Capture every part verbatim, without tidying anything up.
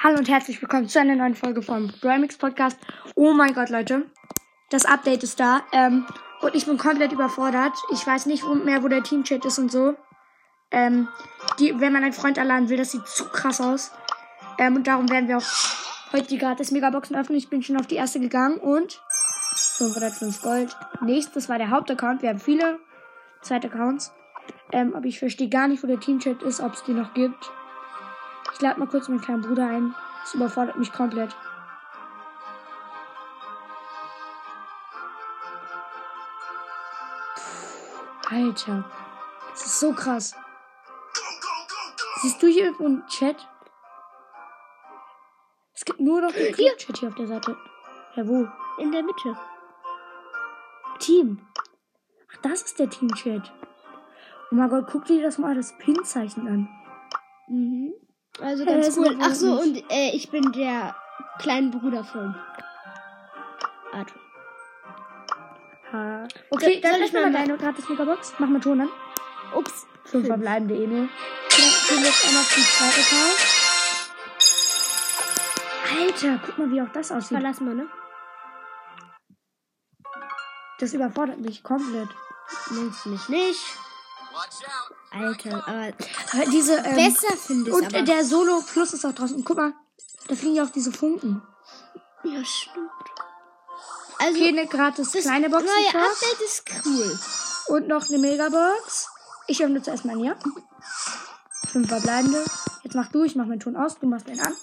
Hallo und herzlich willkommen zu einer neuen Folge vom Brawlmix Podcast. Oh mein Gott, Leute. Das Update ist da. Ähm, und ich bin komplett überfordert. Ich weiß nicht mehr, wo der Teamchat ist und so. Ähm, die, wenn man einen Freund erladen will, das sieht zu krass aus. Ähm, und darum werden wir auch heute die gratis Megaboxen öffnen. Ich bin schon auf die erste gegangen und fünfhundertfünf Gold. Nächstes war der Hauptaccount. Wir haben viele Zweitaccounts. Ähm, aber ich verstehe gar nicht, wo der Teamchat ist, ob es die noch gibt. Ich lade mal kurz meinen kleinen Bruder ein. Das überfordert mich komplett. Alter. Das ist so krass. Siehst du hier irgendwo einen Chat? Es gibt nur noch den Club-Chat hier auf der Seite. Ja, wo? In der Mitte. Team. Ach, das ist der Team-Chat. Oh mein Gott, guck dir das mal das Pin-Zeichen an. Mhm. Also Hey, ganz das cool. überfordert Ach so, mich. und äh, ich bin der kleine Bruder von Arthur. Ha. Okay, So- dann soll lass ich mal mal- deine gratis Megabox. Mach mal Ton an. Ups. Fünf verbleibende eh nur. Dann gehen wir jetzt einmal auf die zweite Account. Alter, guck mal, wie auch das aussieht. Verlass mal, ne? Das überfordert mich komplett. Nennst mich nicht. Alter, aber Aber diese, ähm, besser finde ich und aber. äh, der Solo Plus ist auch draußen. Und guck mal, da fliegen ja auch diese Funken. Ja, stimmt. Also, Okay, eine gratis das kleine Box. neue im Shop. Update ist cool. Und noch eine Megabox. Ich öffne zuerst mal hier. Fünf verbleibende. Jetzt mach du, ich mach meinen Ton aus, du machst den an.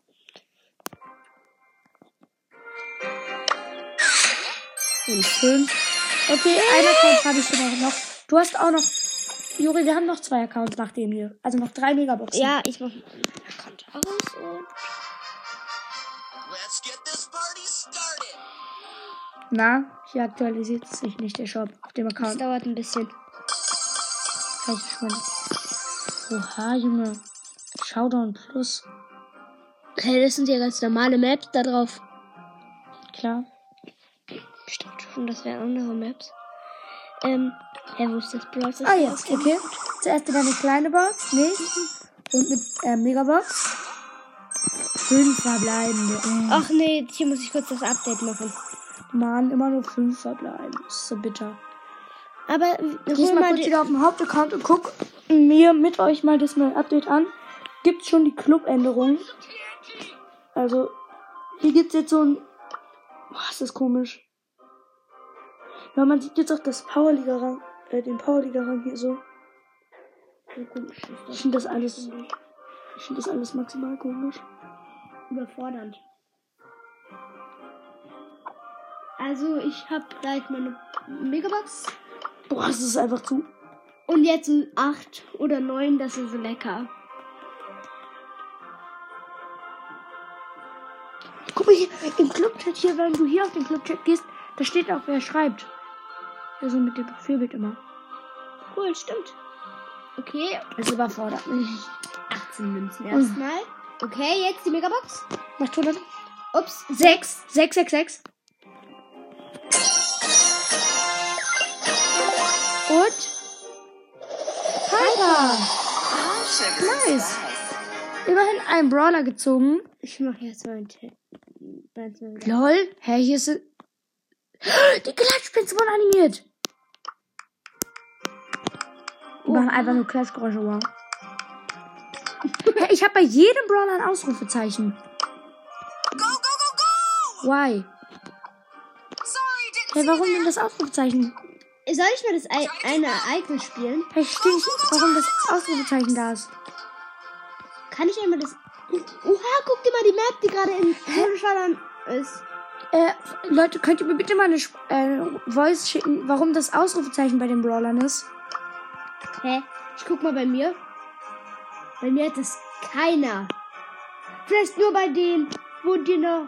Und fünf. Okay, einen Account habe ich sogar noch. Du hast auch noch. Juri, wir haben noch zwei Accounts nach dem hier. Also noch drei Megaboxen. Ja, ich mach meinen Account aus und Let's get this party started. Na, hier aktualisiert sich nicht der Shop auf dem das Account. dauert ein bisschen. Zeig ich mal. Oha, Junge. Showdown Plus. Hey, das sind ja ganz normale Maps da drauf. Klar. Ich dachte schon, das wären andere Maps. Ähm, hä, wo ist das Brawl Stars? Ah, jetzt, okay. Zuerst wieder eine kleine Box. Nicht. Und eine äh, Megabox. Fünf verbleibende. Oh, Ach nee, hier muss ich kurz das Update machen. Mann, immer nur fünf verbleibende. Das ist so bitter. Aber Ich hol gehe mal mal kurz die, wieder auf den Hauptaccount und guck mir mit euch mal das neue Update an. Gibt's schon die Clubänderungen? Also, hier gibt's jetzt so ein... Boah, ist das komisch. Ja, man sieht jetzt auch das Powerliga-Rang, äh, den Powerliga-Rang hier so. so komisch ist das. Ich finde das alles, ich finde das alles maximal komisch. Überfordernd. Also, ich habe gleich meine Megabox. Boah, es ist einfach zu... Und jetzt ein acht oder neun, das ist lecker. Guck mal hier, im Clubchat hier, wenn du hier auf den Clubchat gehst, da steht auch, wer schreibt. Also mit dem Profilbild immer. Cool, stimmt. Okay, Das überfordert mich. achtzehn Münzen erstmal. Okay, jetzt die Megabox. Mach du das? Ups. Sechs. Sechs, sechs, sechs. Und? Piper. Nice. Immerhin einen Brawler gezogen. Ich mache jetzt mal einen Tipp. Lol. Hä, hier ist... Die Klatschpins wurden animiert. Die machen einfach nur Klatschgeräusche, wow. Hä, ich habe bei jedem Brawler ein Ausrufezeichen. Go, go, go, go! Why? Sorry, didn't Hä, see warum you denn there. das Ausrufezeichen? Soll ich mal das Ei- eine Ereignis spielen? Hä, ich verstehe nicht, warum das Ausrufezeichen da ist. Kann ich einmal das... Oha, guck dir mal die Map, die gerade in Solo-Showdown ist. Äh, Leute, könnt ihr mir bitte mal eine Sp- äh, Voice schicken, warum das Ausrufezeichen bei den Brawlern ist? Hä? Ich guck mal bei mir. Bei mir hat das keiner. Vielleicht nur bei denen, wo die noch...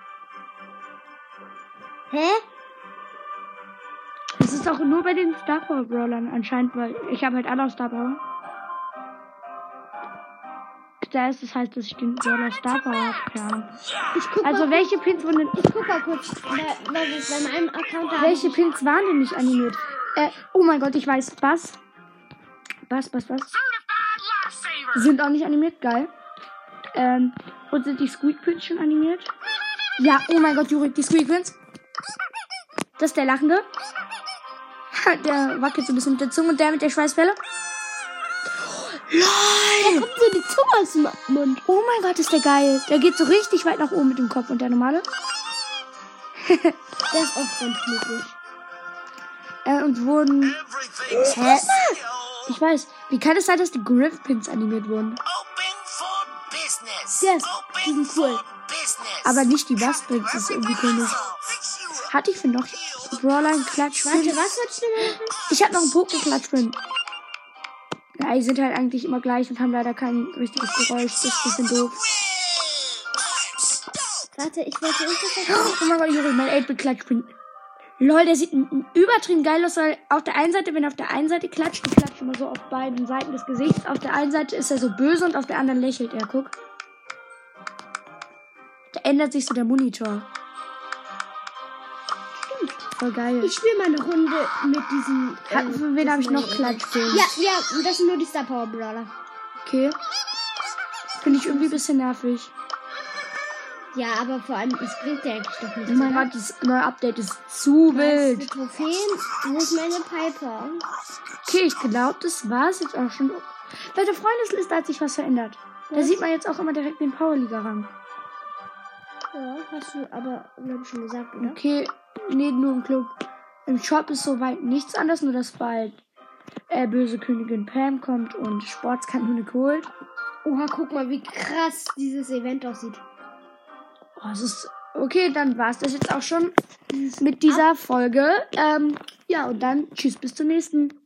Hä? Das ist auch nur bei den Star Power Brawlern anscheinend, weil ich habe halt alle auf Star Power. Da ist, das heißt, dass ich den Brawler Star Power habe, keine Ahnung. Ich guck Also mal, welche Pins wurden denn, ich guck mal kurz, bei, bei, bei meinem Account da. welche Pins waren denn nicht animiert? Äh, oh mein Gott, ich weiß, Bass. Bass, Bass, Bass. Sind auch nicht animiert, geil. Ähm, Und sind die Squeak Prince schon animiert? Ja, oh mein Gott, Juri, die Squeak Prince. Das ist der Lachende. Der wackelt so ein bisschen mit der Zunge und der mit der Schweißwelle. Da LOL! kommt so die Zunge aus dem Mund. Oh mein Gott, ist der geil. Der geht so richtig weit nach oben mit dem Kopf. Und der normale? Der ist auch ganz niedlich. Äh, und wurden... Everything's Hä? for sale. Ich weiß. Wie kann es sein, dass die Griff Pins animiert wurden? Open for business. Yes, die Open sind cool. for business. Aber nicht die Bustpins. Das ist irgendwie komisch. Fix you up. Hatte ich für noch Brawler einen Klatsch? Warte, was sollst du denn machen? Ich hab noch einen Poké-Klatsch-Pin. Ja, die sind halt eigentlich immer gleich und haben leider kein richtiges Geräusch. Das ist ein bisschen doof. Warte, ich wollte irgendwas sagen. Oh mein Gott, Juri, mein eight-Bit-Klatsch-Pin. Lol, der sieht n- n- übertrieben geil aus, weil auf der einen Seite, wenn er auf der einen Seite klatscht, die klatscht immer so auf beiden Seiten des Gesichts. Auf der einen Seite ist er so böse und auf der anderen lächelt er. Guck. Da ändert sich so der Monitor. Stimmt. Voll geil. Ich spiele mal eine Runde mit diesen. Hat, äh, für wen habe ich noch diesen- Klatschpins? Ja, ja, das sind nur die Star Power Brawler. Okay. Finde ich irgendwie ein bisschen nervig. Ja, aber vor allem, es bringt ja eigentlich doch nichts. Oh mein oder? Gott, das neue Update ist zu Was, wild. die Trophäen? Wo ist meine Piper? Okay, ich glaube, das war's jetzt auch schon. Bei der Freundesliste hat sich was verändert. Da Was? sieht man jetzt auch immer direkt den Powerliga-Rang. Ja, hast du aber, glaube ich, schon gesagt, oder? Okay, nee, nur im Club. Im Shop ist soweit nichts anderes, nur dass bald äh, böse Königin Pam kommt und Sportskanone Gold. Oha, guck mal, wie krass dieses Event aussieht. Oh, es ist okay, dann war's das jetzt auch schon mit dieser Folge. Ähm, ja, und dann tschüss, bis zum nächsten.